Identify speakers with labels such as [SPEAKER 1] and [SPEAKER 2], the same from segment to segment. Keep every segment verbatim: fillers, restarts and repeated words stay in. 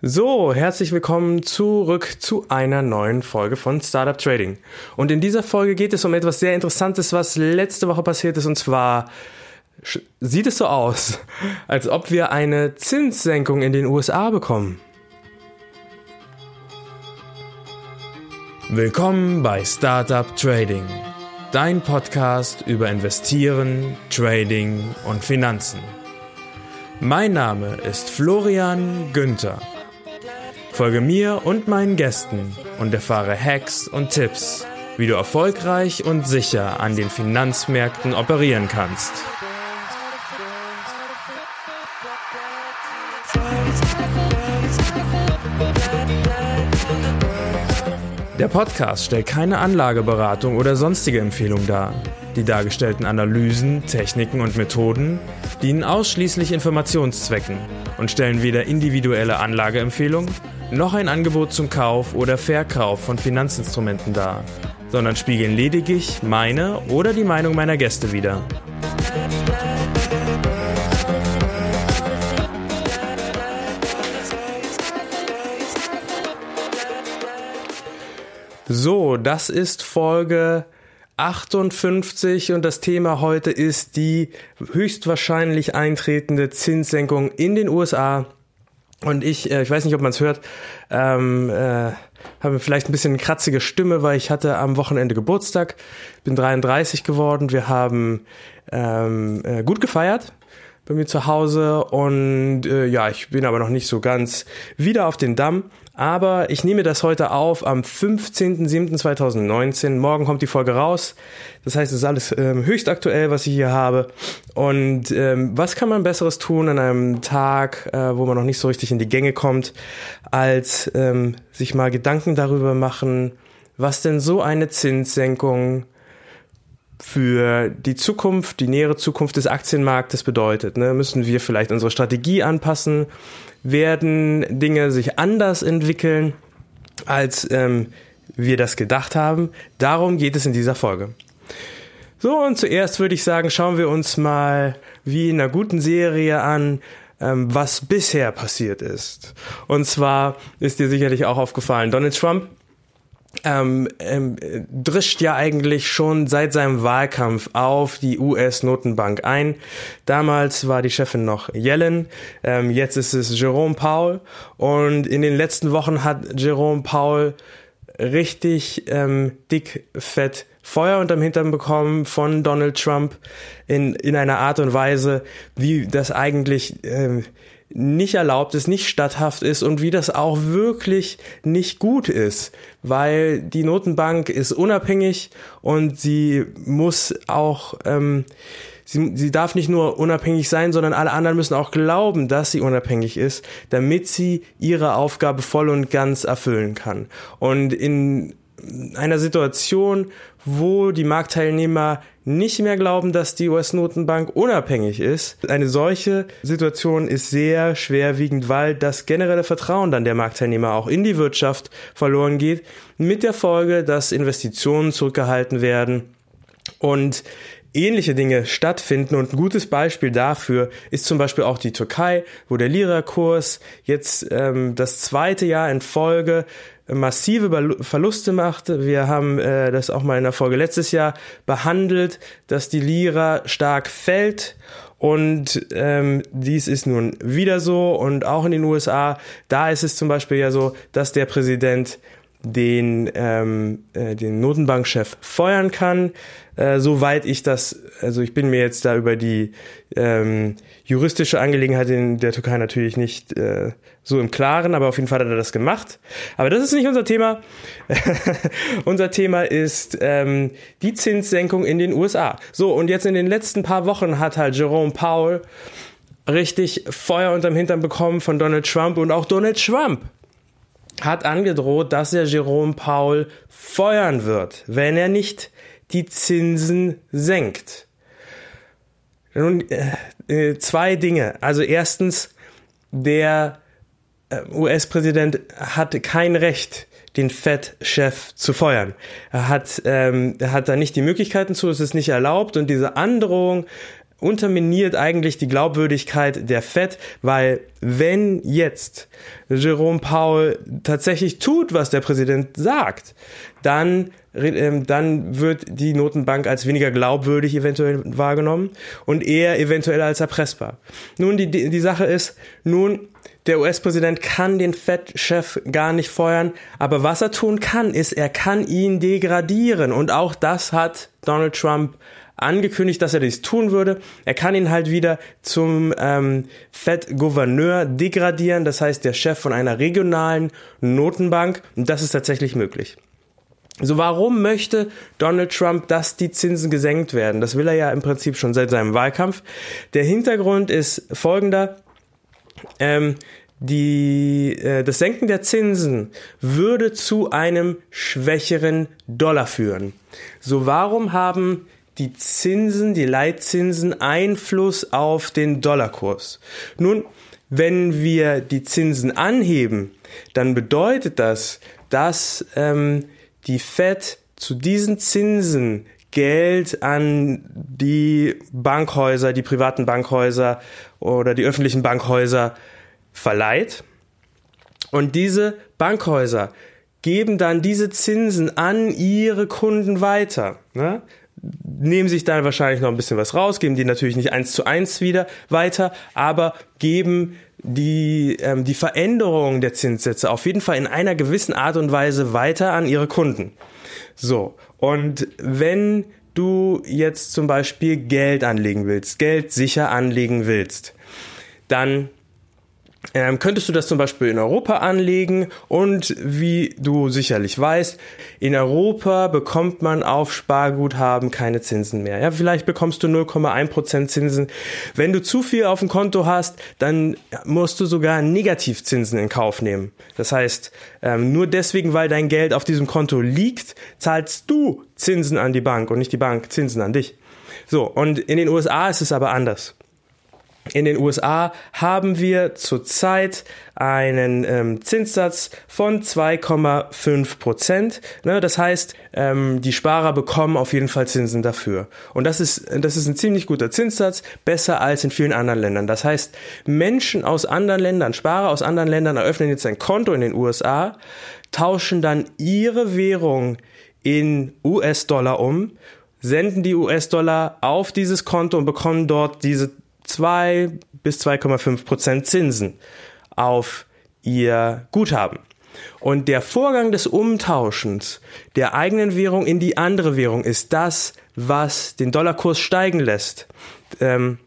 [SPEAKER 1] So, herzlich willkommen zurück zu einer neuen Folge von Startup Trading. Und in dieser Folge geht es um etwas sehr Interessantes, was letzte Woche passiert ist. Und zwar sieht es so aus, als ob wir eine Zinssenkung in den U S A bekommen. Willkommen bei Startup Trading, dein Podcast über Investieren, Trading und Finanzen. Mein Name ist Florian Günther. Folge mir und meinen Gästen und erfahre Hacks und Tipps, wie du erfolgreich und sicher an den Finanzmärkten operieren kannst. Der Podcast stellt keine Anlageberatung oder sonstige Empfehlung dar. Die dargestellten Analysen, Techniken und Methoden dienen ausschließlich Informationszwecken und stellen weder individuelle Anlageempfehlungen noch ein Angebot zum Kauf oder Verkauf von Finanzinstrumenten dar, sondern spiegeln lediglich meine oder die Meinung meiner Gäste wider. So, das ist Folge achtundfünfzig und das Thema heute ist die höchstwahrscheinlich eintretende Zinssenkung in den U S A. Und ich, äh, ich weiß nicht, ob man es hört, ähm, äh, habe vielleicht ein bisschen eine kratzige Stimme, weil ich hatte am Wochenende Geburtstag, bin dreiunddreißig geworden, wir haben ähm, äh, gut gefeiert bei mir zu Hause und äh, ja, ich bin aber noch nicht so ganz wieder auf den Damm. Aber ich nehme das heute auf am fünfzehnten siebten zweitausendneunzehn. Morgen kommt die Folge raus. Das heißt, es ist alles ähm, höchst aktuell, was ich hier habe. Und ähm, was kann man Besseres tun an einem Tag, äh, wo man noch nicht so richtig in die Gänge kommt, als ähm, sich mal Gedanken darüber machen, was denn so eine Zinssenkung für die Zukunft, die nähere Zukunft des Aktienmarktes bedeutet. Ne? Müssen wir vielleicht unsere Strategie anpassen? Werden Dinge sich anders entwickeln, als ähm, wir das gedacht haben? Darum geht es in dieser Folge. So, und zuerst würde ich sagen, schauen wir uns mal wie in einer guten Serie an, ähm, was bisher passiert ist. Und zwar ist dir sicherlich auch aufgefallen, Donald Trump Ähm, ähm, drischt ja eigentlich schon seit seinem Wahlkampf auf die U S-Notenbank ein. Damals war die Chefin noch Yellen, ähm, jetzt ist es Jerome Powell und in den letzten Wochen hat Jerome Powell richtig ähm, dick, fett Feuer unterm Hintern bekommen von Donald Trump in, in einer Art und Weise, wie das eigentlich ähm, nicht erlaubt ist, nicht statthaft ist und wie das auch wirklich nicht gut ist, weil die Notenbank ist unabhängig und sie muss auch, ähm, sie, sie darf nicht nur unabhängig sein, sondern alle anderen müssen auch glauben, dass sie unabhängig ist, damit sie ihre Aufgabe voll und ganz erfüllen kann. Und in einer Situation, wo die Marktteilnehmer nicht mehr glauben, dass die U S-Notenbank unabhängig ist. Eine solche Situation ist sehr schwerwiegend, weil das generelle Vertrauen dann der Marktteilnehmer auch in die Wirtschaft verloren geht, mit der Folge, dass Investitionen zurückgehalten werden und ähnliche Dinge stattfinden. Und ein gutes Beispiel dafür ist zum Beispiel auch die Türkei, wo der Lira-Kurs jetzt ähm, das zweite Jahr in Folge massive Verluste macht. Wir haben äh, das auch mal in der Folge letztes Jahr behandelt, dass die Lira stark fällt und ähm, dies ist nun wieder so und auch in den U S A, da ist es zum Beispiel ja so, dass der Präsident den ähm, äh, den Notenbankchef feuern kann, äh, soweit ich das, also ich bin mir jetzt da über die ähm, juristische Angelegenheit in der Türkei natürlich nicht äh, so im Klaren, aber auf jeden Fall hat er das gemacht. Aber das ist nicht unser Thema. Unser Thema ist ähm, die Zinssenkung in den U S A. So, und jetzt in den letzten paar Wochen hat halt Jerome Powell richtig Feuer unterm Hintern bekommen von Donald Trump und auch Donald Trump hat angedroht, dass er Jerome Powell feuern wird, wenn er nicht die Zinsen senkt. Nun, äh, zwei Dinge. Also erstens, der äh, U S-Präsident hat kein Recht, den Fed-Chef zu feuern. Er hat, ähm, er hat da nicht die Möglichkeiten zu, es ist nicht erlaubt und diese Androhung unterminiert eigentlich die Glaubwürdigkeit der Fed, weil wenn jetzt Jerome Powell tatsächlich tut, was der Präsident sagt, dann, dann wird die Notenbank als weniger glaubwürdig eventuell wahrgenommen und eher eventuell als erpressbar. Nun, die, die Sache ist, nun, der U S-Präsident kann den Fed-Chef gar nicht feuern, aber was er tun kann, ist, er kann ihn degradieren und auch das hat Donald Trump angekündigt, dass er dies tun würde. Er kann ihn halt wieder zum ähm, Fed-Gouverneur degradieren, das heißt der Chef von einer regionalen Notenbank, und das ist tatsächlich möglich. So, warum möchte Donald Trump, dass die Zinsen gesenkt werden? Das will er ja im Prinzip schon seit seinem Wahlkampf. Der Hintergrund ist folgender. Ähm, die, äh, das Senken der Zinsen würde zu einem schwächeren Dollar führen. So, warum haben die Zinsen, die Leitzinsen Einfluss auf den Dollarkurs? Nun, wenn wir die Zinsen anheben, dann bedeutet das, dass ähm, die Fed zu diesen Zinsen Geld an die Bankhäuser, die privaten Bankhäuser oder die öffentlichen Bankhäuser verleiht. Und diese Bankhäuser geben dann diese Zinsen an ihre Kunden weiter, ne? Nehmen sich da wahrscheinlich noch ein bisschen was raus, geben die natürlich nicht eins zu eins wieder weiter, aber geben die, ähm, die Veränderung der Zinssätze auf jeden Fall in einer gewissen Art und Weise weiter an ihre Kunden. So, und wenn du jetzt zum Beispiel Geld anlegen willst, Geld sicher anlegen willst, dann Ähm, könntest du das zum Beispiel in Europa anlegen und wie du sicherlich weißt, in Europa bekommt man auf Sparguthaben keine Zinsen mehr. Ja, vielleicht bekommst du null Komma eins Prozent Zinsen. Wenn du zu viel auf dem Konto hast, dann musst du sogar Negativzinsen in Kauf nehmen. Das heißt, ähm, nur deswegen, weil dein Geld auf diesem Konto liegt, zahlst du Zinsen an die Bank und nicht die Bank Zinsen an dich. So, und in den U S A ist es aber anders. In den U S A haben wir zurzeit einen ähm, Zinssatz von zwei Komma fünf Prozent. Ne, das heißt, ähm, die Sparer bekommen auf jeden Fall Zinsen dafür. Und das ist, das ist ein ziemlich guter Zinssatz, besser als in vielen anderen Ländern. Das heißt, Menschen aus anderen Ländern, Sparer aus anderen Ländern eröffnen jetzt ein Konto in den U S A, tauschen dann ihre Währung in U S-Dollar um, senden die U S-Dollar auf dieses Konto und bekommen dort diese zwei bis zwei Komma fünf Prozent Zinsen auf ihr Guthaben. Und der Vorgang des Umtauschens der eigenen Währung in die andere Währung ist das, was den Dollarkurs steigen lässt. Ähm,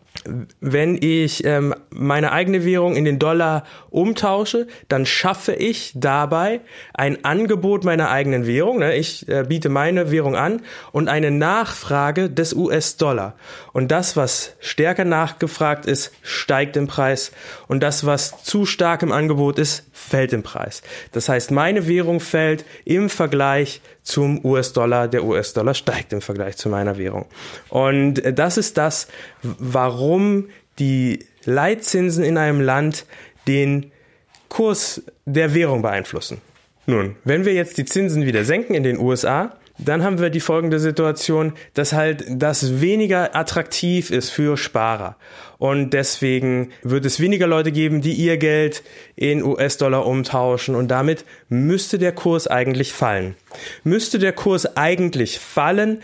[SPEAKER 1] wenn ich ähm, meine eigene Währung in den Dollar umtausche, dann schaffe ich dabei ein Angebot meiner eigenen Währung. Ne? Ich äh, biete meine Währung an und eine Nachfrage des U S-Dollar. Und das, was stärker nachgefragt ist, steigt im Preis. Und das, was zu stark im Angebot ist, fällt im Preis. Das heißt, meine Währung fällt im Vergleich zum U S-Dollar. Der U S-Dollar steigt im Vergleich zu meiner Währung. Und das ist das, warum die Leitzinsen in einem Land den Kurs der Währung beeinflussen. Nun, wenn wir jetzt die Zinsen wieder senken in den U S A, dann haben wir die folgende Situation, dass halt das weniger attraktiv ist für Sparer. Und deswegen wird es weniger Leute geben, die ihr Geld in U S-Dollar umtauschen und damit müsste der Kurs eigentlich fallen. Müsste der Kurs eigentlich fallen?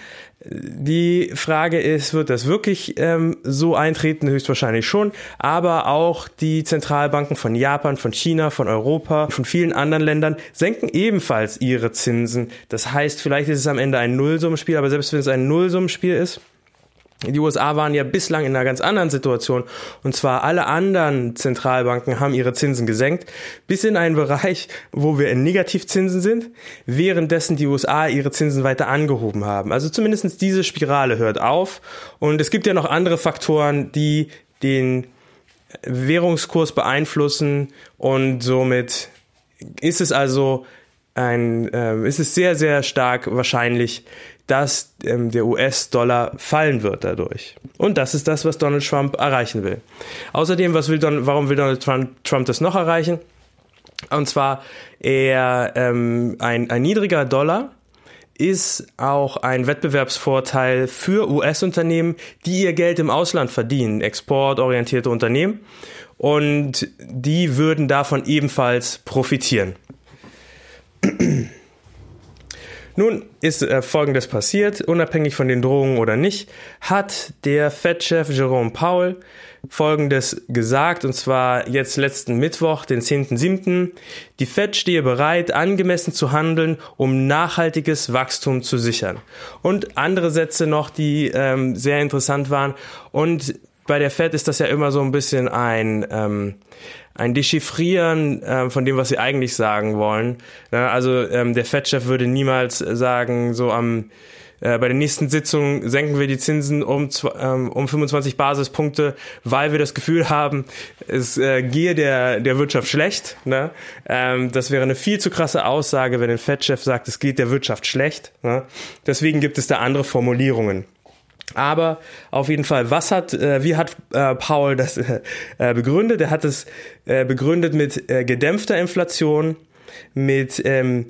[SPEAKER 1] Die Frage ist, wird das wirklich ähm, so eintreten? Höchstwahrscheinlich schon. Aber auch die Zentralbanken von Japan, von China, von Europa, von vielen anderen Ländern senken ebenfalls ihre Zinsen. Das heißt, vielleicht ist es am Ende ein Nullsummenspiel, aber selbst wenn es ein Nullsummenspiel ist, die U S A waren ja bislang in einer ganz anderen Situation und zwar alle anderen Zentralbanken haben ihre Zinsen gesenkt, bis in einen Bereich, wo wir in Negativzinsen sind, währenddessen die U S A ihre Zinsen weiter angehoben haben. Also zumindest diese Spirale hört auf und es gibt ja noch andere Faktoren, die den Währungskurs beeinflussen und somit ist es also ein, äh, ist es sehr, sehr stark wahrscheinlich, dass ähm, der U S-Dollar fallen wird dadurch. Und das ist das, was Donald Trump erreichen will. Außerdem, was will Don, warum will Donald Trump, Trump das noch erreichen? Und zwar eher ähm, ein, ein niedriger Dollar, ist auch ein Wettbewerbsvorteil für U S-Unternehmen, die ihr Geld im Ausland verdienen, exportorientierte Unternehmen, und die würden davon ebenfalls profitieren. Nun ist äh, Folgendes passiert: Unabhängig von den Drohungen oder nicht, hat der Fed-Chef Jerome Powell Folgendes gesagt, und zwar jetzt letzten Mittwoch, den zehnten siebten Die Fed stehe bereit, angemessen zu handeln, um nachhaltiges Wachstum zu sichern. Und andere Sätze noch, die ähm, sehr interessant waren. Und bei der Fed ist das ja immer so ein bisschen ein ähm, ein Dechiffrieren äh, von dem, was sie eigentlich sagen wollen. Ja, also ähm, der Fed-Chef würde niemals sagen, so am äh, bei der nächsten Sitzung senken wir die Zinsen um ähm, um fünfundzwanzig Basispunkte, weil wir das Gefühl haben, es äh, gehe der der Wirtschaft schlecht. Ne? Ähm, das wäre eine viel zu krasse Aussage, wenn ein Fed-Chef sagt, es geht der Wirtschaft schlecht. Ne? Deswegen gibt es da andere Formulierungen. Aber auf jeden Fall, was hat, äh, wie hat äh, Powell das äh, begründet? Er hat es äh, begründet mit äh, gedämpfter Inflation, mit ähm,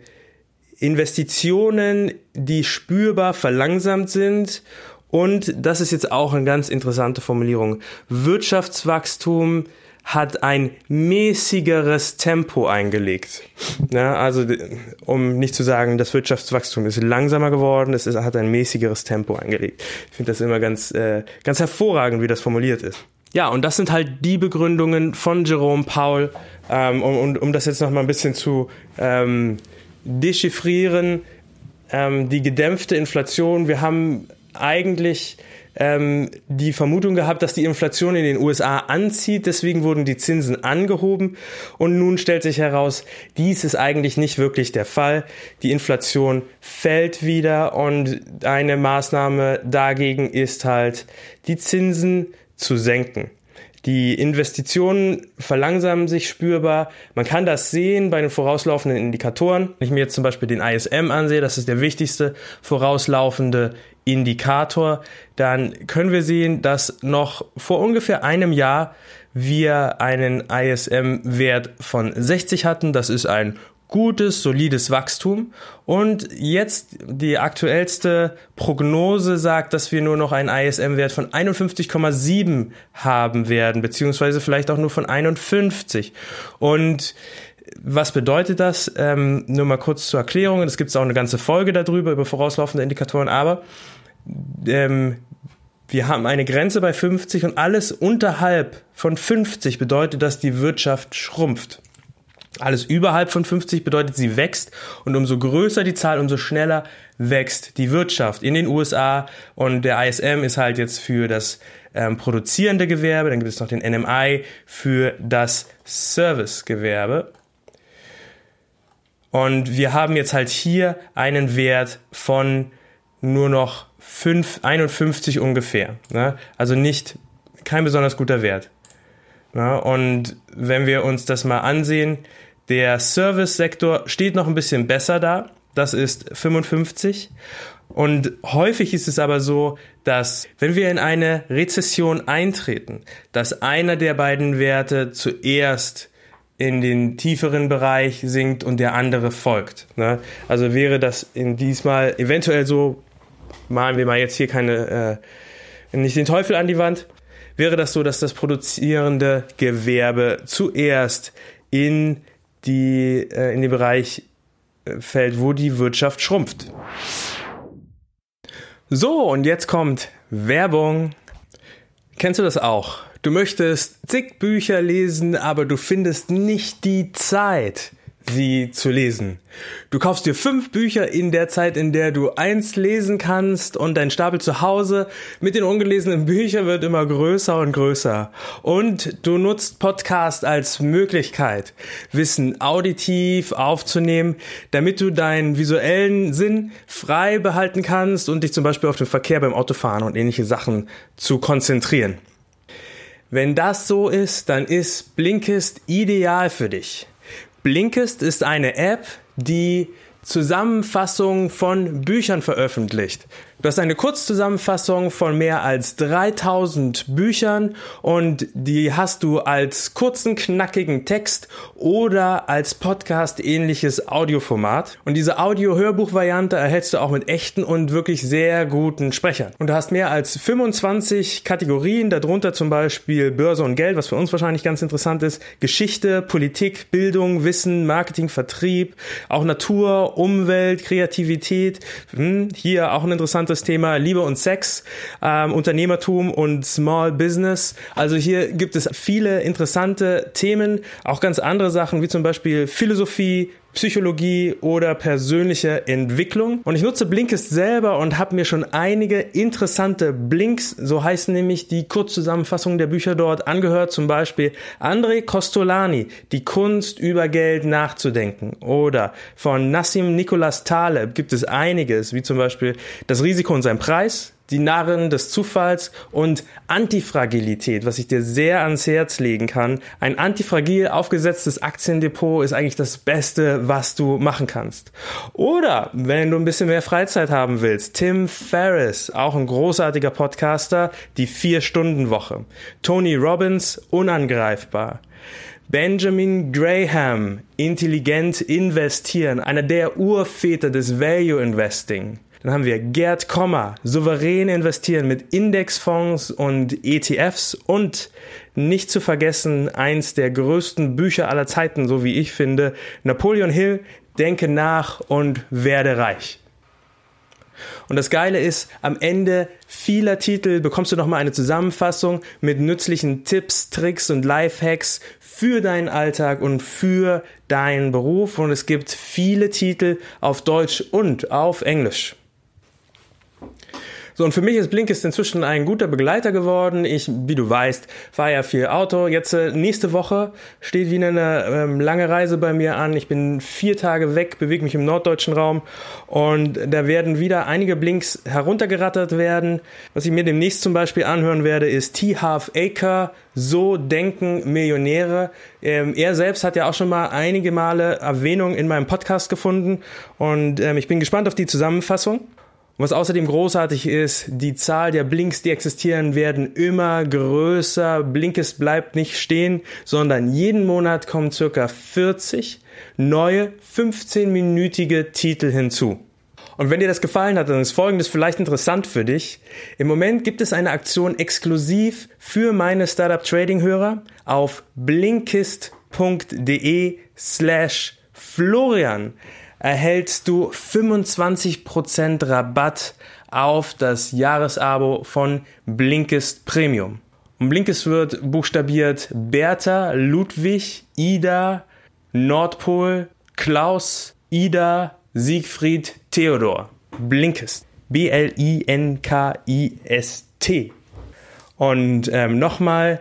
[SPEAKER 1] Investitionen, die spürbar verlangsamt sind, und das ist jetzt auch eine ganz interessante Formulierung: Wirtschaftswachstum hat ein mäßigeres Tempo eingelegt. Ja, also um nicht zu sagen, das Wirtschaftswachstum ist langsamer geworden, es ist, hat ein mäßigeres Tempo eingelegt. Ich finde das immer ganz, äh, ganz hervorragend, wie das formuliert ist. Ja, und das sind halt die Begründungen von Jerome Powell, ähm, und, und um das jetzt noch mal ein bisschen zu ähm, dechiffrieren. Ähm, die gedämpfte Inflation, wir haben eigentlich ähm, die Vermutung gehabt, dass die Inflation in den U S A anzieht, deswegen wurden die Zinsen angehoben, und nun stellt sich heraus, dies ist eigentlich nicht wirklich der Fall. Die Inflation fällt wieder, und eine Maßnahme dagegen ist halt, die Zinsen zu senken. Die Investitionen verlangsamen sich spürbar. Man kann das sehen bei den vorauslaufenden Indikatoren. Wenn ich mir jetzt zum Beispiel den I S M ansehe, das ist der wichtigste vorauslaufende Indikator, dann können wir sehen, dass noch vor ungefähr einem Jahr wir einen I S M-Wert von sechzig hatten. Das ist ein gutes, solides Wachstum. Und jetzt die aktuellste Prognose sagt, dass wir nur noch einen I S M-Wert von einundfünfzig Komma sieben haben werden, beziehungsweise vielleicht auch nur von einundfünfzig. Und was bedeutet das? Ähm, nur mal kurz zur Erklärung. Es gibt auch eine ganze Folge darüber, über vorauslaufende Indikatoren, aber ähm, wir haben eine Grenze bei fünfzig, und alles unterhalb von fünfzig bedeutet, dass die Wirtschaft schrumpft. Alles überhalb von fünfzig bedeutet, sie wächst, und umso größer die Zahl, umso schneller wächst die Wirtschaft in den U S A. Und der I S M ist halt jetzt für das ähm, produzierende Gewerbe, dann gibt es noch den N M I für das Servicegewerbe. Und wir haben jetzt halt hier einen Wert von nur noch fünf, einundfünfzig ungefähr. Ne? Also nicht, kein besonders guter Wert. Ja, und wenn wir uns das mal ansehen, der Service-Sektor steht noch ein bisschen besser da. Das ist fünfundfünfzig. Und häufig ist es aber so, dass wenn wir in eine Rezession eintreten, dass einer der beiden Werte zuerst in den tieferen Bereich sinkt und der andere folgt. Ne? Also wäre das in diesmal eventuell so, malen wir mal jetzt hier keine, äh, nicht den Teufel an die Wand, wäre das so, dass das produzierende Gewerbe zuerst in die äh, in den Bereich fällt, wo die Wirtschaft schrumpft. So, und jetzt kommt Werbung. Kennst du das auch? Du möchtest zig Bücher lesen, aber du findest nicht die Zeit, sie zu lesen. Du kaufst dir fünf Bücher in der Zeit, in der du eins lesen kannst, und dein Stapel zu Hause mit den ungelesenen Büchern wird immer größer und größer. Und du nutzt Podcast als Möglichkeit, Wissen auditiv aufzunehmen, damit du deinen visuellen Sinn frei behalten kannst und dich zum Beispiel auf den Verkehr beim Autofahren und ähnliche Sachen zu konzentrieren. Wenn das so ist, dann ist Blinkist ideal für dich. Blinkist ist eine App, die Zusammenfassungen von Büchern veröffentlicht. Du hast eine Kurzzusammenfassung von mehr als dreitausend Büchern und die hast du als kurzen, knackigen Text oder als Podcast-ähnliches Audioformat. Und diese Audio-Hörbuch-Variante erhältst du auch mit echten und wirklich sehr guten Sprechern. Und du hast mehr als fünfundzwanzig Kategorien, darunter zum Beispiel Börse und Geld, was für uns wahrscheinlich ganz interessant ist, Geschichte, Politik, Bildung, Wissen, Marketing, Vertrieb, auch Natur, Umwelt, Kreativität, hm, hier auch ein interessantes Thema, Liebe und Sex, ähm, Unternehmertum und Small Business. Also hier gibt es viele interessante Themen, auch ganz andere Sachen wie zum Beispiel Philosophie, Psychologie oder persönliche Entwicklung. Und ich nutze Blinkist selber und habe mir schon einige interessante Blinks, so heißen nämlich die Kurzzusammenfassungen der Bücher dort, angehört. Zum Beispiel André Kostolany, Die Kunst über Geld nachzudenken. Oder von Nassim Nicholas Taleb gibt es einiges, wie zum Beispiel Das Risiko und sein Preis, Die Narren des Zufalls und Antifragilität, was ich dir sehr ans Herz legen kann. Ein antifragil aufgesetztes Aktiendepot ist eigentlich das Beste, was du machen kannst. Oder, wenn du ein bisschen mehr Freizeit haben willst, Tim Ferriss, auch ein großartiger Podcaster, die Vier-Stunden-Woche. Tony Robbins, Unangreifbar. Benjamin Graham, Intelligent investieren, einer der Urväter des Value Investing. Dann haben wir Gerd Kommer, souverän investieren mit Indexfonds und E T Fs und nicht zu vergessen, eins der größten Bücher aller Zeiten, so wie ich finde, Napoleon Hill, Denke nach und werde reich. Und das Geile ist, am Ende vieler Titel bekommst du nochmal eine Zusammenfassung mit nützlichen Tipps, Tricks und Lifehacks für deinen Alltag und für deinen Beruf. Und es gibt viele Titel auf Deutsch und auf Englisch. So, und für mich ist Blinkist inzwischen ein guter Begleiter geworden. Ich, wie du weißt, fahre ja viel Auto. Jetzt äh, nächste Woche steht wieder eine ähm, lange Reise bei mir an. Ich bin vier Tage weg, bewege mich im norddeutschen Raum und da werden wieder einige Blinks heruntergerattert werden. Was ich mir demnächst zum Beispiel anhören werde, ist T. Harv Eker, So denken Millionäre. Ähm, er selbst hat ja auch schon mal einige Male Erwähnung in meinem Podcast gefunden und ähm, ich bin gespannt auf die Zusammenfassung. Und was außerdem großartig ist, die Zahl der Blinks, die existieren, werden immer größer. Blinkist bleibt nicht stehen, sondern jeden Monat kommen circa vierzig neue fünfzehnminütige Titel hinzu. Und wenn dir das gefallen hat, dann ist Folgendes vielleicht interessant für dich. Im Moment gibt es eine Aktion exklusiv für meine Startup-Trading-Hörer auf blinkist.de slash Florian. Erhältst du fünfundzwanzig Prozent Rabatt auf das Jahresabo von Blinkist Premium. Und Blinkist wird buchstabiert Bertha, Ludwig, Ida, Nordpol, Klaus, Ida, Siegfried, Theodor. Blinkist. B L I N K I S T. Und ähm, nochmal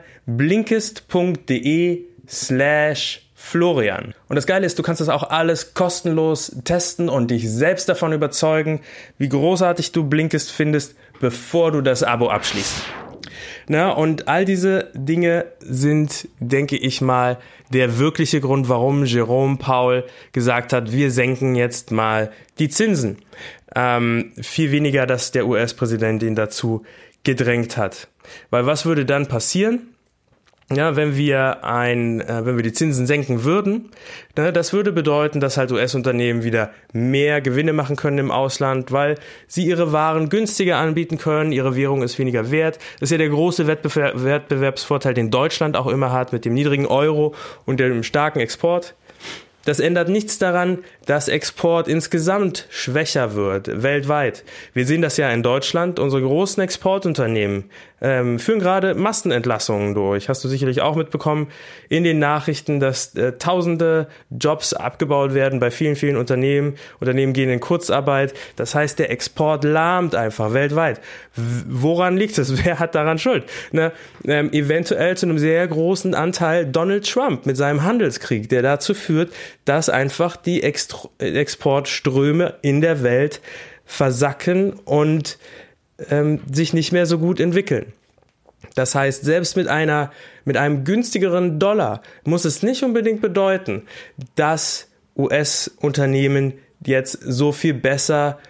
[SPEAKER 1] blinkist.de slash Florian. Und das Geile ist, du kannst das auch alles kostenlos testen und dich selbst davon überzeugen, wie großartig du Blinkist findest, bevor du das Abo abschließt. Na, und all diese Dinge sind, denke ich mal, der wirkliche Grund, warum Jerome Powell gesagt hat, wir senken jetzt mal die Zinsen. Ähm, viel weniger, dass der U S-Präsident ihn dazu gedrängt hat. Weil was würde dann passieren? Ja, wenn wir ein, äh, wenn wir die Zinsen senken würden, ne, das würde bedeuten, dass halt U S-Unternehmen wieder mehr Gewinne machen können im Ausland, weil sie ihre Waren günstiger anbieten können, ihre Währung ist weniger wert. Das ist ja der große Wettbewerb, Wettbewerbsvorteil, den Deutschland auch immer hat mit dem niedrigen Euro und dem starken Export. Das ändert nichts daran, dass Export insgesamt schwächer wird, weltweit. Wir sehen das ja in Deutschland. Unsere großen Exportunternehmen ähm, führen gerade Massenentlassungen durch. Hast du sicherlich auch mitbekommen in den Nachrichten, dass äh, tausende Jobs abgebaut werden bei vielen, vielen Unternehmen. Unternehmen gehen in Kurzarbeit. Das heißt, der Export lahmt einfach weltweit. W- woran liegt es? Wer hat daran Schuld? Ne? Ähm, eventuell zu einem sehr großen Anteil Donald Trump mit seinem Handelskrieg, der dazu führt, dass einfach die Extro- Exportströme in der Welt versacken und ähm, sich nicht mehr so gut entwickeln. Das heißt, selbst mit einer, mit einem günstigeren Dollar muss es nicht unbedingt bedeuten, dass U S-Unternehmen jetzt so viel besser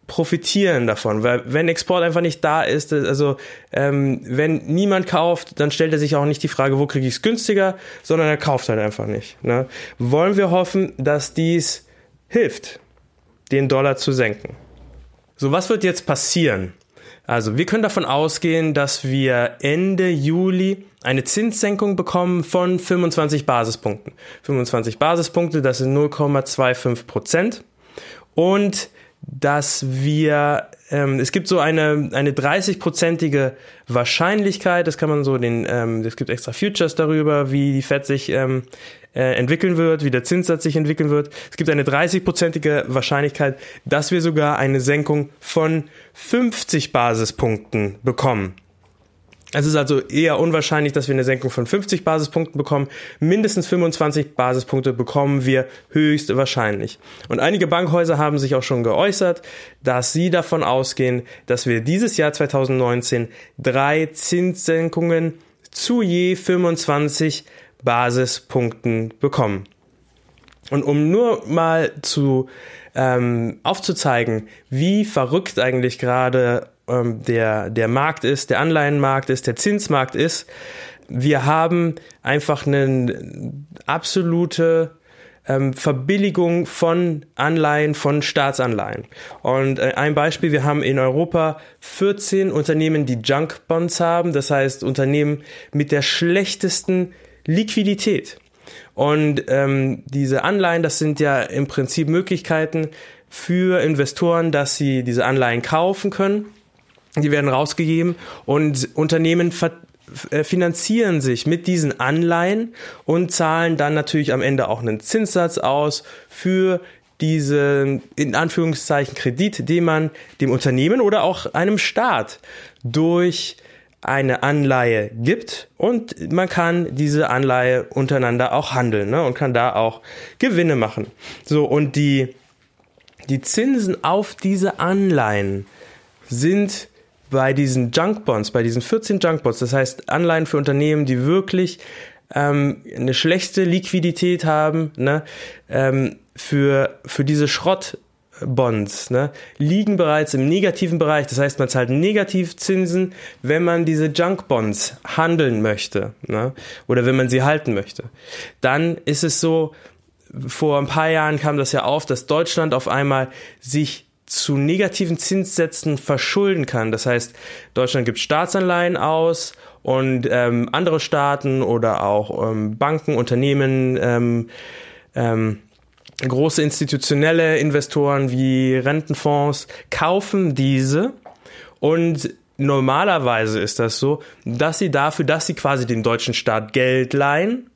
[SPEAKER 1] profitieren davon, weil wenn Export einfach nicht da ist, also ähm, wenn niemand kauft, dann stellt er sich auch nicht die Frage, wo kriege ich es günstiger, sondern er kauft halt einfach nicht. Ne? Wollen wir hoffen, dass dies hilft, den Dollar zu senken. So, was wird jetzt passieren? Also wir können davon ausgehen, dass wir Ende Juli eine Zinssenkung bekommen von fünfundzwanzig Basispunkten. fünfundzwanzig Basispunkte, das sind null Komma fünfundzwanzig Prozent. Und dass wir, ähm, es gibt so eine eine dreißig-prozentige Wahrscheinlichkeit, das kann man so den, ähm, es gibt extra Futures darüber, wie die Fed sich ähm, äh, entwickeln wird, wie der Zinssatz sich entwickeln wird. Es gibt eine dreißig-prozentige Wahrscheinlichkeit, dass wir sogar eine Senkung von fünfzig Basispunkten bekommen. Es ist also eher unwahrscheinlich, dass wir eine Senkung von fünfzig Basispunkten bekommen. Mindestens fünfundzwanzig Basispunkte bekommen wir höchstwahrscheinlich. Und einige Bankhäuser haben sich auch schon geäußert, dass sie davon ausgehen, dass wir dieses Jahr zwanzig neunzehn drei Zinssenkungen zu je fünfundzwanzig Basispunkten bekommen. Und um nur mal zu ähm, aufzuzeigen, wie verrückt eigentlich gerade ähm, der der Markt ist, der Anleihenmarkt ist, der Zinsmarkt ist, wir haben einfach eine absolute ähm, Verbilligung von Anleihen, von Staatsanleihen. Und äh, ein Beispiel, wir haben in Europa vierzehn Unternehmen, die Junk Bonds haben, das heißt Unternehmen mit der schlechtesten Liquidität. Und ähm, diese Anleihen, das sind ja im Prinzip Möglichkeiten für Investoren, dass sie diese Anleihen kaufen können. Die werden rausgegeben und Unternehmen ver- äh, finanzieren sich mit diesen Anleihen und zahlen dann natürlich am Ende auch einen Zinssatz aus für diese, in Anführungszeichen, Kredit, den man dem Unternehmen oder auch einem Staat durch eine Anleihe gibt, und man kann diese Anleihe untereinander auch handeln, ne, und kann da auch Gewinne machen. So, und die, die Zinsen auf diese Anleihen sind bei diesen Junk Bonds, bei diesen vierzehn Junk Bonds, das heißt Anleihen für Unternehmen, die wirklich ähm, eine schlechte Liquidität haben, ne, ähm, für, für diese Schrott Bonds, ne, liegen bereits im negativen Bereich. Das heißt, man zahlt Negativzinsen, wenn man diese Junk Bonds handeln möchte, ne, oder wenn man sie halten möchte. Dann ist es so, vor ein paar Jahren kam das ja auf, dass Deutschland auf einmal sich zu negativen Zinssätzen verschulden kann. Das heißt, Deutschland gibt Staatsanleihen aus und ähm, andere Staaten oder auch ähm, Banken, Unternehmen, ähm, ähm, große institutionelle Investoren wie Rentenfonds kaufen diese, und normalerweise ist das so, dass sie dafür, dass sie quasi dem deutschen Staat Geld leihen,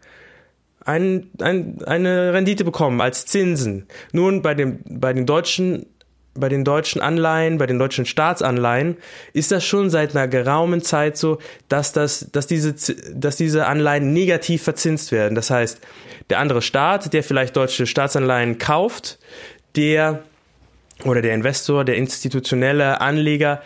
[SPEAKER 1] ein, ein, eine Rendite bekommen als Zinsen. Nun bei dem, bei den deutschen Bei den deutschen Anleihen, bei den deutschen Staatsanleihen ist das schon seit einer geraumen Zeit so, dass das, dass diese, dass diese Anleihen negativ verzinst werden. Das heißt, der andere Staat, der vielleicht deutsche Staatsanleihen kauft, der oder der Investor, der institutionelle Anleger,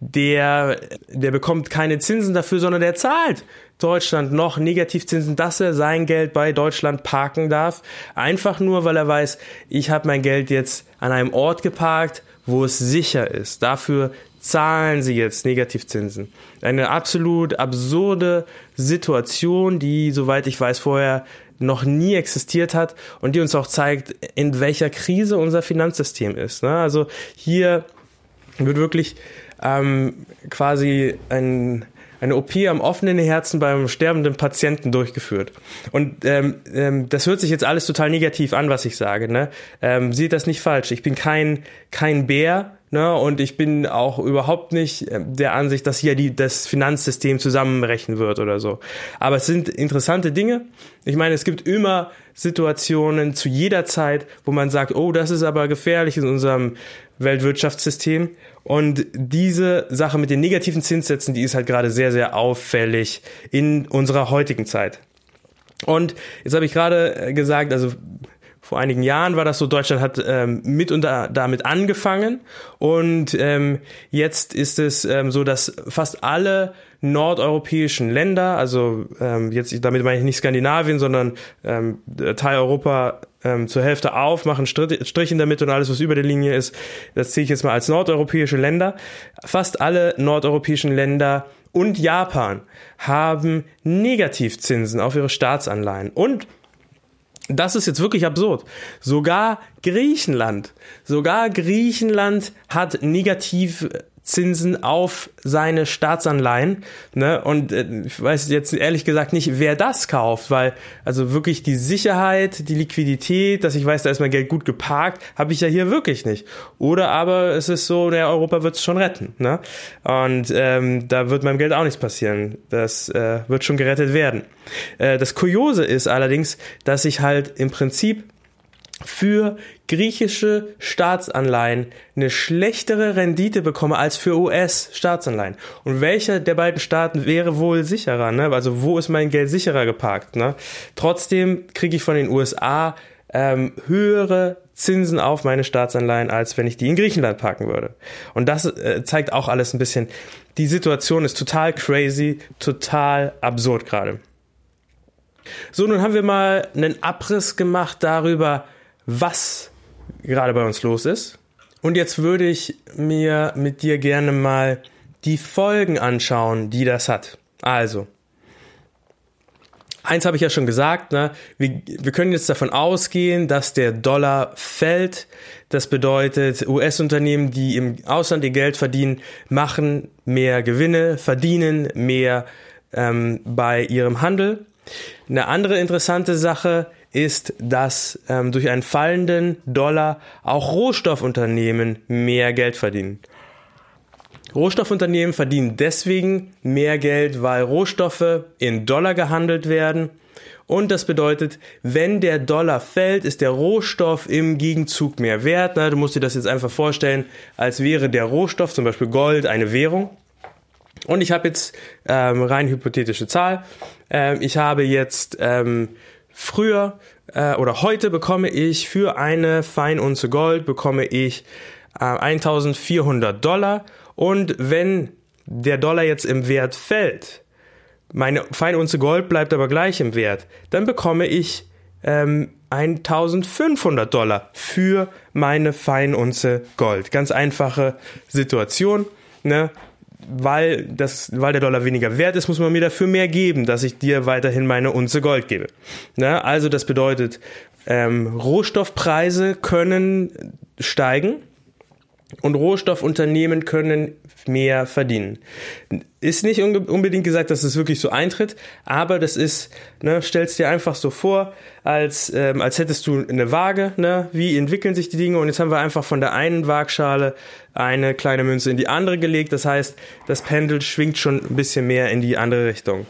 [SPEAKER 1] der, der bekommt keine Zinsen dafür, sondern der zahlt Deutschland noch Negativzinsen, dass er sein Geld bei Deutschland parken darf. Einfach nur, weil er weiß, ich habe mein Geld jetzt an einem Ort geparkt, wo es sicher ist. Dafür zahlen sie jetzt Negativzinsen. Eine absolut absurde Situation, die, soweit ich weiß, vorher noch nie existiert hat und die uns auch zeigt, in welcher Krise unser Finanzsystem ist. Also hier wird wirklich ähm, quasi ein eine O P am offenen Herzen beim sterbenden Patienten durchgeführt. Und ähm, ähm, das hört sich jetzt alles total negativ an, was ich sage. Ne? Ähm, seht das nicht falsch. Ich bin kein kein Bär, ne? Und ich bin auch überhaupt nicht der Ansicht, dass hier die, das Finanzsystem zusammenbrechen wird oder so. Aber es sind interessante Dinge. Ich meine, es gibt immer Situationen zu jeder Zeit, wo man sagt, oh, das ist aber gefährlich in unserem Weltwirtschaftssystem. Und diese Sache mit den negativen Zinssätzen, die ist halt gerade sehr, sehr auffällig in unserer heutigen Zeit. Und jetzt habe ich gerade gesagt, also vor einigen Jahren war das so, Deutschland hat ähm, mit und da, damit angefangen, und ähm, jetzt ist es ähm, so, dass fast alle nordeuropäischen Länder, also ähm, jetzt damit meine ich nicht Skandinavien, sondern ähm, Teil Europa ähm, zur Hälfte auf, machen Strich, Strichen damit und alles, was über der Linie ist, das ziehe ich jetzt mal als nordeuropäische Länder. Fast alle nordeuropäischen Länder und Japan haben Negativzinsen auf ihre Staatsanleihen. Und das ist jetzt wirklich absurd. Sogar Griechenland, sogar Griechenland hat Negativzinsen auf seine Staatsanleihen, ne? Und äh, ich weiß jetzt ehrlich gesagt nicht, wer das kauft, weil also wirklich die Sicherheit, die Liquidität, dass ich weiß, da ist mein Geld gut geparkt, habe ich ja hier wirklich nicht. Oder aber es ist so, naja, Europa wird es schon retten, ne? Und ähm, da wird meinem Geld auch nichts passieren. Das äh, wird schon gerettet werden. Äh, das Kuriose ist allerdings, dass ich halt im Prinzip für griechische Staatsanleihen eine schlechtere Rendite bekomme als für U S-Staatsanleihen. Und welcher der beiden Staaten wäre wohl sicherer? Ne? Also wo ist mein Geld sicherer geparkt? Ne? Trotzdem kriege ich von den U S A ähm, höhere Zinsen auf meine Staatsanleihen, als wenn ich die in Griechenland parken würde. Und das äh, zeigt auch alles ein bisschen, die Situation ist total crazy, total absurd gerade. So, nun haben wir mal einen Abriss gemacht darüber, was gerade bei uns los ist. Und jetzt würde ich mir mit dir gerne mal die Folgen anschauen, die das hat. Also, eins habe ich ja schon gesagt, ne? wir, wir können jetzt davon ausgehen, dass der Dollar fällt. Das bedeutet, U S-Unternehmen, die im Ausland ihr Geld verdienen, machen mehr Gewinne, verdienen mehr ähm, bei ihrem Handel. Eine andere interessante Sache ist, dass ähm, durch einen fallenden Dollar auch Rohstoffunternehmen mehr Geld verdienen. Rohstoffunternehmen verdienen deswegen mehr Geld, weil Rohstoffe in Dollar gehandelt werden. Und das bedeutet, wenn der Dollar fällt, ist der Rohstoff im Gegenzug mehr wert. Na, du musst dir das jetzt einfach vorstellen, als wäre der Rohstoff, zum Beispiel Gold, eine Währung. Und ich habe jetzt ähm, rein hypothetische Zahl. Ähm, ich habe jetzt ähm, früher äh, oder heute bekomme ich für eine Feinunze Gold bekomme ich äh, eintausendvierhundert Dollar. Und wenn der Dollar jetzt im Wert fällt, meine Feinunze Gold bleibt aber gleich im Wert, dann bekomme ich ähm, eintausendfünfhundert Dollar für meine Feinunze Gold. Ganz einfache Situation, ne? Weil, das, weil der Dollar weniger wert ist, muss man mir dafür mehr geben, dass ich dir weiterhin meine Unze Gold gebe. Ne? Also das bedeutet, ähm, Rohstoffpreise können steigen und Rohstoffunternehmen können mehr verdienen. Ist nicht unbedingt gesagt, dass es wirklich so eintritt, aber das ist, ne, stellst dir einfach so vor, als ähm, als hättest du eine Waage, ne, wie entwickeln sich die Dinge, und jetzt haben wir einfach von der einen Waagschale eine kleine Münze in die andere gelegt, das heißt, das Pendel schwingt schon ein bisschen mehr in die andere Richtung.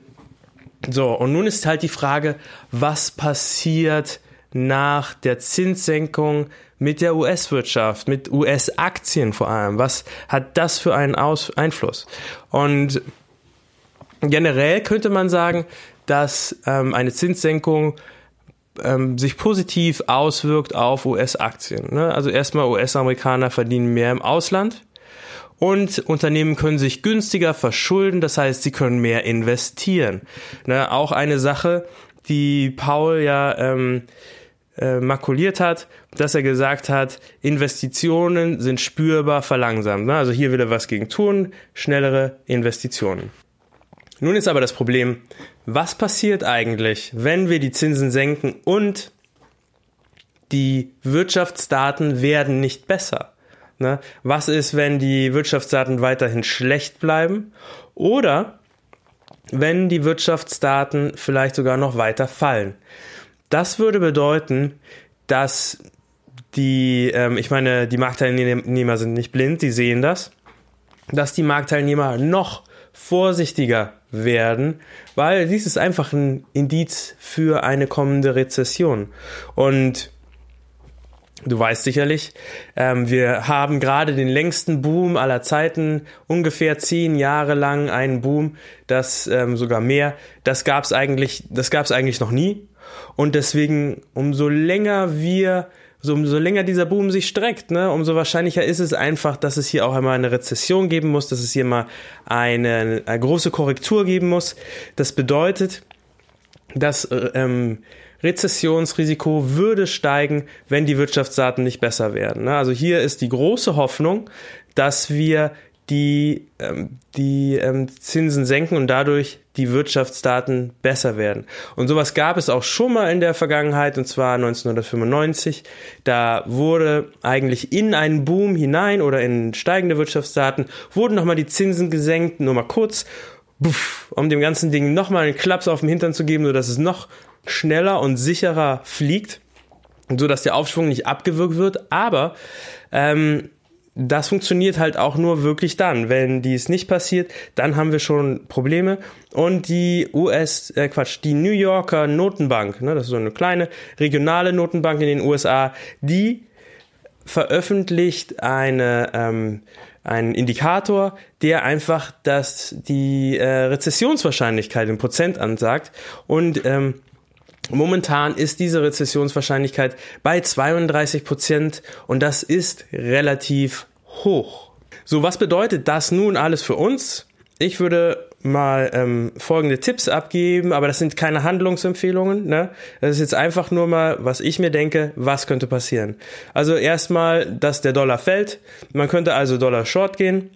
[SPEAKER 1] So, und nun ist halt die Frage, was passiert nach der Zinssenkung mit der U S-Wirtschaft, mit U S-Aktien vor allem? Was hat das für einen Aus- Einfluss? Und generell könnte man sagen, dass ähm, eine Zinssenkung ähm, sich positiv auswirkt auf U S-Aktien. Ne? Also erstmal, U S-Amerikaner verdienen mehr im Ausland und Unternehmen können sich günstiger verschulden, das heißt, sie können mehr investieren. Ne? Auch eine Sache, die Paul ja ähm, äh, makuliert hat, dass er gesagt hat, Investitionen sind spürbar verlangsamt. Ne? Also hier will er was gegen tun, schnellere Investitionen. Nun ist aber das Problem, was passiert eigentlich, wenn wir die Zinsen senken und die Wirtschaftsdaten werden nicht besser? Ne? Was ist, wenn die Wirtschaftsdaten weiterhin schlecht bleiben oder wenn die Wirtschaftsdaten vielleicht sogar noch weiter fallen? Das würde bedeuten, dass die, ähm, ich meine, die Marktteilnehmer sind nicht blind, die sehen das, dass die Marktteilnehmer noch vorsichtiger werden, weil dies ist einfach ein Indiz für eine kommende Rezession. Und du weißt sicherlich, ähm, wir haben gerade den längsten Boom aller Zeiten, ungefähr zehn Jahre lang einen Boom, das ähm, sogar mehr, das gab's eigentlich, das gab's eigentlich noch nie. Und deswegen, umso länger wir so umso länger dieser Boom sich streckt, ne, umso wahrscheinlicher ist es einfach, dass es hier auch einmal eine Rezession geben muss, dass es hier mal eine, eine große Korrektur geben muss. Das bedeutet, dass ähm, Rezessionsrisiko würde steigen, wenn die Wirtschaftsdaten nicht besser werden. Ne? Also hier ist die große Hoffnung, dass wir die, ähm, die ähm, Zinsen senken und dadurch die Wirtschaftsdaten besser werden. Und sowas gab es auch schon mal in der Vergangenheit, und zwar neunzehnhundertfünfundneunzig. Da wurde eigentlich in einen Boom hinein oder in steigende Wirtschaftsdaten, wurden nochmal die Zinsen gesenkt, nur mal kurz, buff, um dem ganzen Ding nochmal einen Klaps auf den Hintern zu geben, sodass es noch schneller und sicherer fliegt, sodass der Aufschwung nicht abgewürgt wird. Aber ähm, das funktioniert halt auch nur wirklich dann. Wenn dies nicht passiert, dann haben wir schon Probleme. Und die U S, äh Quatsch, die New Yorker Notenbank, ne, das ist so eine kleine regionale Notenbank in den U S A, die veröffentlicht eine, ähm, einen Indikator, der einfach das, die äh, Rezessionswahrscheinlichkeit in Prozent ansagt. Und ähm, momentan ist diese Rezessionswahrscheinlichkeit bei zweiunddreißig Prozent und das ist relativ hoch. So, was bedeutet das nun alles für uns? Ich würde mal ähm, folgende Tipps abgeben, aber das sind keine Handlungsempfehlungen, ne? Das ist jetzt einfach nur mal, was ich mir denke, was könnte passieren. Also erstmal, dass der Dollar fällt. Man könnte also Dollar Short gehen.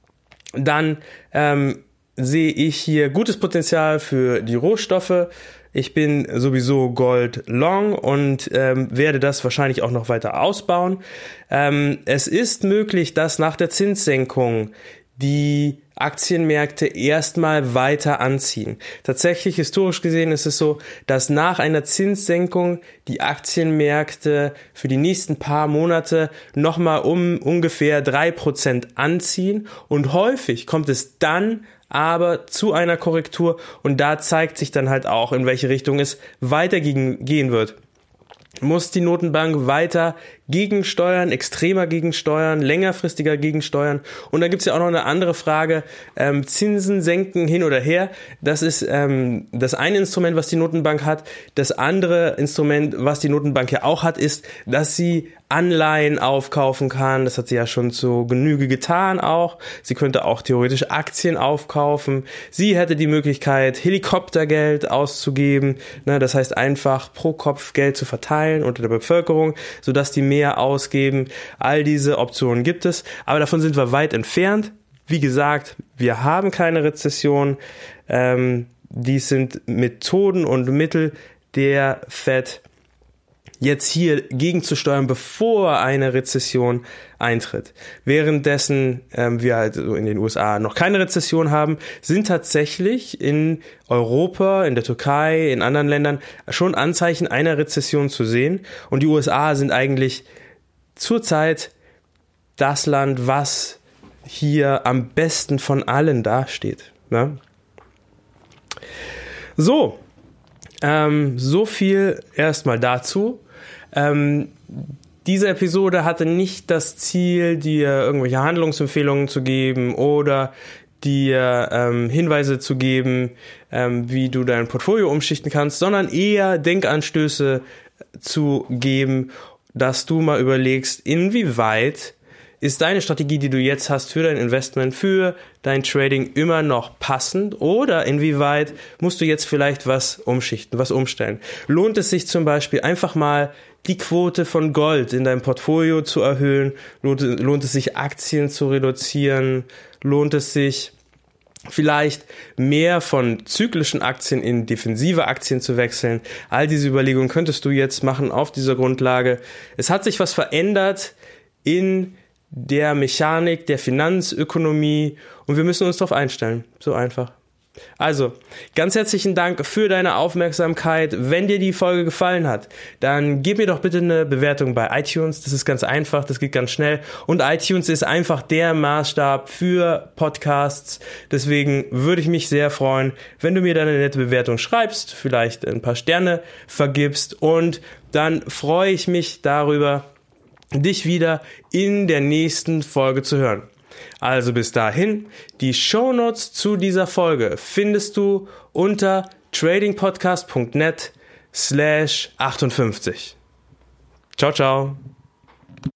[SPEAKER 1] Dann ähm, sehe ich hier gutes Potenzial für die Rohstoffe. Ich bin sowieso Gold Long und ähm, werde das wahrscheinlich auch noch weiter ausbauen. Ähm, es ist möglich, dass nach der Zinssenkung die Aktienmärkte erstmal weiter anziehen. Tatsächlich, historisch gesehen, ist es so, dass nach einer Zinssenkung die Aktienmärkte für die nächsten paar Monate nochmal um ungefähr drei Prozent anziehen und häufig kommt es dann aber zu einer Korrektur und da zeigt sich dann halt auch, in welche Richtung es weitergehen wird. Muss die Notenbank weiter gegensteuern, extremer gegensteuern, längerfristiger gegensteuern? Und dann gibt's ja auch noch eine andere Frage, ähm, Zinsen senken hin oder her. Das ist ähm, das eine Instrument, was die Notenbank hat. Das andere Instrument, was die Notenbank ja auch hat, ist, dass sie Anleihen aufkaufen kann. Das hat sie ja schon zu Genüge getan auch. Sie könnte auch theoretisch Aktien aufkaufen. Sie hätte die Möglichkeit, Helikoptergeld auszugeben. Ne, das heißt einfach pro Kopf Geld zu verteilen unter der Bevölkerung, sodass die mehr ausgeben. All diese Optionen gibt es, aber davon sind wir weit entfernt. Wie gesagt, wir haben keine Rezession. Ähm, dies sind Methoden und Mittel der Fed, jetzt hier gegenzusteuern, bevor eine Rezession eintritt. Währenddessen ähm, wir halt so in den U S A noch keine Rezession haben, sind tatsächlich in Europa, in der Türkei, in anderen Ländern schon Anzeichen einer Rezession zu sehen. Und die U S A sind eigentlich zurzeit das Land, was hier am besten von allen dasteht. Ne? So, ähm, so viel erstmal dazu. Ähm, diese Episode hatte nicht das Ziel, dir irgendwelche Handlungsempfehlungen zu geben oder dir ähm, Hinweise zu geben, ähm, wie du dein Portfolio umschichten kannst, sondern eher Denkanstöße zu geben, dass du mal überlegst, inwieweit ist deine Strategie, die du jetzt hast für dein Investment, für dein Trading immer noch passend oder inwieweit musst du jetzt vielleicht was umschichten, was umstellen? Lohnt es sich zum Beispiel einfach mal die Quote von Gold in deinem Portfolio zu erhöhen? Lohnt, lohnt es sich Aktien zu reduzieren? Lohnt es sich vielleicht mehr von zyklischen Aktien in defensive Aktien zu wechseln? All diese Überlegungen könntest du jetzt machen auf dieser Grundlage. Es hat sich was verändert in der Mechanik, der Finanzökonomie und wir müssen uns darauf einstellen. So einfach. Also, ganz herzlichen Dank für deine Aufmerksamkeit. Wenn dir die Folge gefallen hat, dann gib mir doch bitte eine Bewertung bei iTunes. Das ist ganz einfach, das geht ganz schnell. Und iTunes ist einfach der Maßstab für Podcasts. Deswegen würde ich mich sehr freuen, wenn du mir deine nette Bewertung schreibst, vielleicht ein paar Sterne vergibst und dann freue ich mich darüber, dich wieder in der nächsten Folge zu hören. Also bis dahin, die Shownotes zu dieser Folge findest du unter tradingpodcast punkt net slash achtundfünfzig. Ciao, ciao.